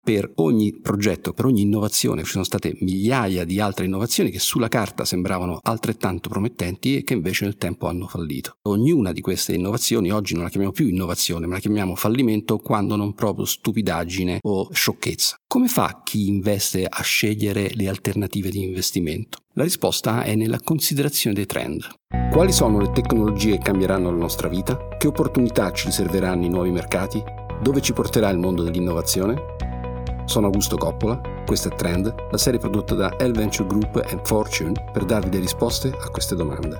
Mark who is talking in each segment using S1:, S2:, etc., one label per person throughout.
S1: per ogni progetto, per ogni innovazione ci sono state migliaia di altre innovazioni che sulla carta sembravano altrettanto promettenti e che invece nel tempo hanno fallito. Ognuna di queste innovazioni oggi non la chiamiamo più innovazione, ma la chiamiamo fallimento, quando non proprio stupidaggine o sciocchezza. Come fa chi investe a scegliere le alternative di investimento? La risposta è nella considerazione dei trend. Quali sono le tecnologie che cambieranno la nostra vita? Che opportunità ci riserveranno i nuovi mercati? Dove ci porterà il mondo dell'innovazione? Sono Augusto Coppola, questo è Trend, la serie prodotta da L Venture Group e Fortune per darvi le risposte a queste domande.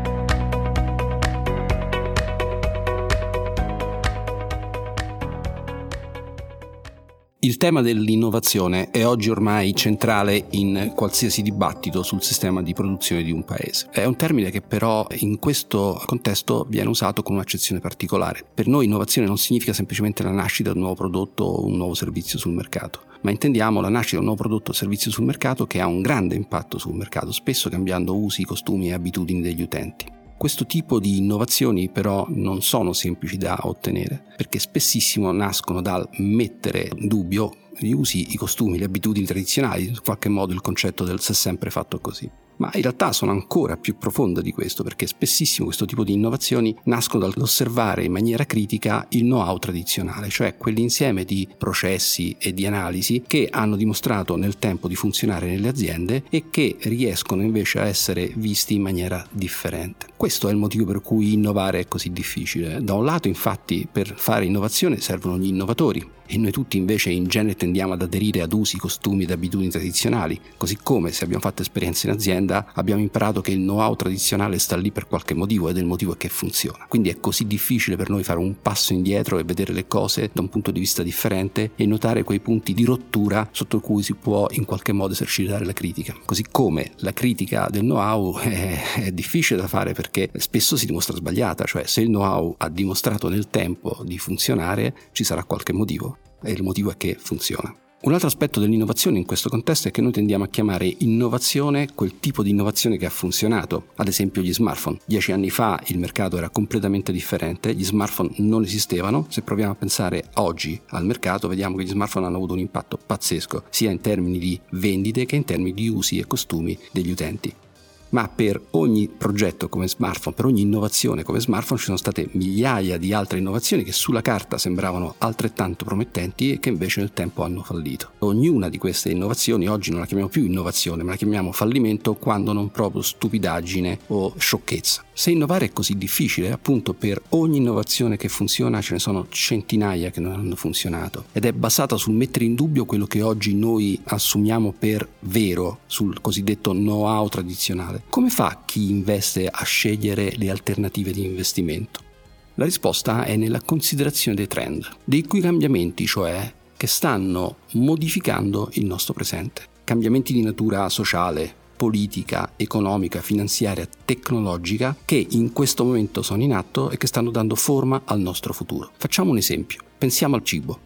S1: Il tema dell'innovazione è oggi ormai centrale in qualsiasi dibattito sul sistema di produzione di un paese. È un termine che però in questo contesto viene usato con un'accezione particolare. Per noi innovazione non significa semplicemente la nascita di un nuovo prodotto o un nuovo servizio sul mercato, ma intendiamo la nascita di un nuovo prodotto o servizio sul mercato che ha un grande impatto sul mercato, spesso cambiando usi, costumi e abitudini degli utenti. Questo tipo di innovazioni però non sono semplici da ottenere, perché spessissimo nascono dal mettere in dubbio gli usi, i costumi, le abitudini tradizionali, in qualche modo il concetto del "s'è sempre fatto così". Ma in realtà sono ancora più profonde di questo, perché spessissimo questo tipo di innovazioni nascono dall'osservare in maniera critica il know-how tradizionale, cioè quell'insieme di processi e di analisi che hanno dimostrato nel tempo di funzionare nelle aziende e che riescono invece a essere visti in maniera differente. Questo è il motivo per cui innovare è così difficile. Da un lato, infatti, per fare innovazione servono gli innovatori, e noi tutti invece in genere tendiamo ad aderire ad usi, costumi ed abitudini tradizionali, così come se abbiamo fatto esperienze in azienda abbiamo imparato che il know-how tradizionale sta lì per qualche motivo ed il motivo è che funziona. Quindi è così difficile per noi fare un passo indietro e vedere le cose da un punto di vista differente e notare quei punti di rottura sotto cui si può in qualche modo esercitare la critica. Così come la critica del know-how è difficile da fare perché spesso si dimostra sbagliata, cioè se il know-how ha dimostrato nel tempo di funzionare ci sarà qualche motivo. E il motivo è che funziona. Un altro aspetto dell'innovazione in questo contesto è che noi tendiamo a chiamare innovazione quel tipo di innovazione che ha funzionato, ad esempio gli smartphone. 10 anni fa il mercato era completamente differente, gli smartphone non esistevano. Se proviamo a pensare oggi al mercato vediamo che gli smartphone hanno avuto un impatto pazzesco, sia in termini di vendite che in termini di usi e costumi degli utenti. Ma per ogni progetto come smartphone, per ogni innovazione come smartphone ci sono state migliaia di altre innovazioni che sulla carta sembravano altrettanto promettenti e che invece nel tempo hanno fallito. Ognuna di queste innovazioni oggi non la chiamiamo più innovazione, ma la chiamiamo fallimento, quando non proprio stupidaggine o sciocchezza. Se innovare è così difficile, appunto per ogni innovazione che funziona ce ne sono centinaia che non hanno funzionato ed è basata sul mettere in dubbio quello che oggi noi assumiamo per vero, sul cosiddetto know-how tradizionale. Come fa chi investe a scegliere le alternative di investimento? La risposta è nella considerazione dei trend, dei cui cambiamenti, cioè, che stanno modificando il nostro presente. Cambiamenti di natura sociale, politica, economica, finanziaria, tecnologica che in questo momento sono in atto e che stanno dando forma al nostro futuro. Facciamo un esempio. Pensiamo al cibo.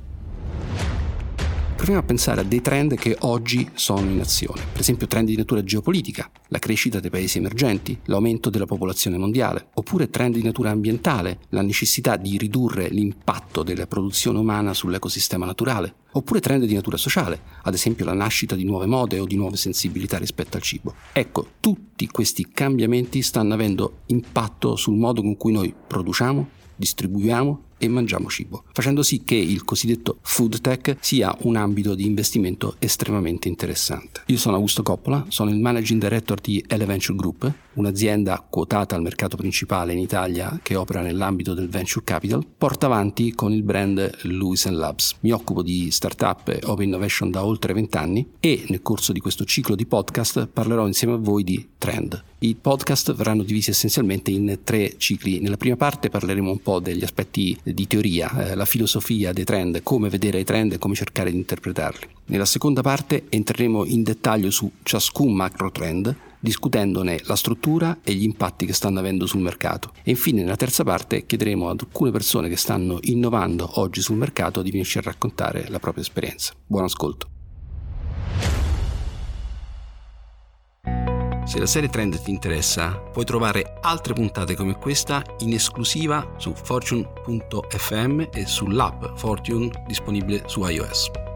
S1: Proviamo a pensare a dei trend che oggi sono in azione, per esempio trend di natura geopolitica, la crescita dei paesi emergenti, l'aumento della popolazione mondiale, oppure trend di natura ambientale, la necessità di ridurre l'impatto della produzione umana sull'ecosistema naturale, oppure trend di natura sociale, ad esempio la nascita di nuove mode o di nuove sensibilità rispetto al cibo. Ecco, tutti questi cambiamenti stanno avendo impatto sul modo con cui noi produciamo, distribuiamo e mangiamo cibo, facendo sì che il cosiddetto food tech sia un ambito di investimento estremamente interessante. Io sono Augusto Coppola, sono il Managing Director di L Venture Group, un'azienda quotata al mercato principale in Italia che opera nell'ambito del venture capital, porta avanti con il brand Lewis & Labs. Mi occupo di startup e open innovation da oltre 20 anni e nel corso di questo ciclo di podcast parlerò insieme a voi di trend. I podcast verranno divisi essenzialmente in 3 cicli. Nella prima parte parleremo un po' degli aspetti di teoria, la filosofia dei trend, come vedere i trend e come cercare di interpretarli. Nella seconda parte entreremo in dettaglio su ciascun macro trend, discutendone la struttura e gli impatti che stanno avendo sul mercato. E infine nella terza parte chiederemo ad alcune persone che stanno innovando oggi sul mercato di venirci a raccontare la propria esperienza. Buon ascolto. Se la serie Trend ti interessa, puoi trovare altre puntate come questa in esclusiva su fortune.fm e sull'app Fortune disponibile su iOS.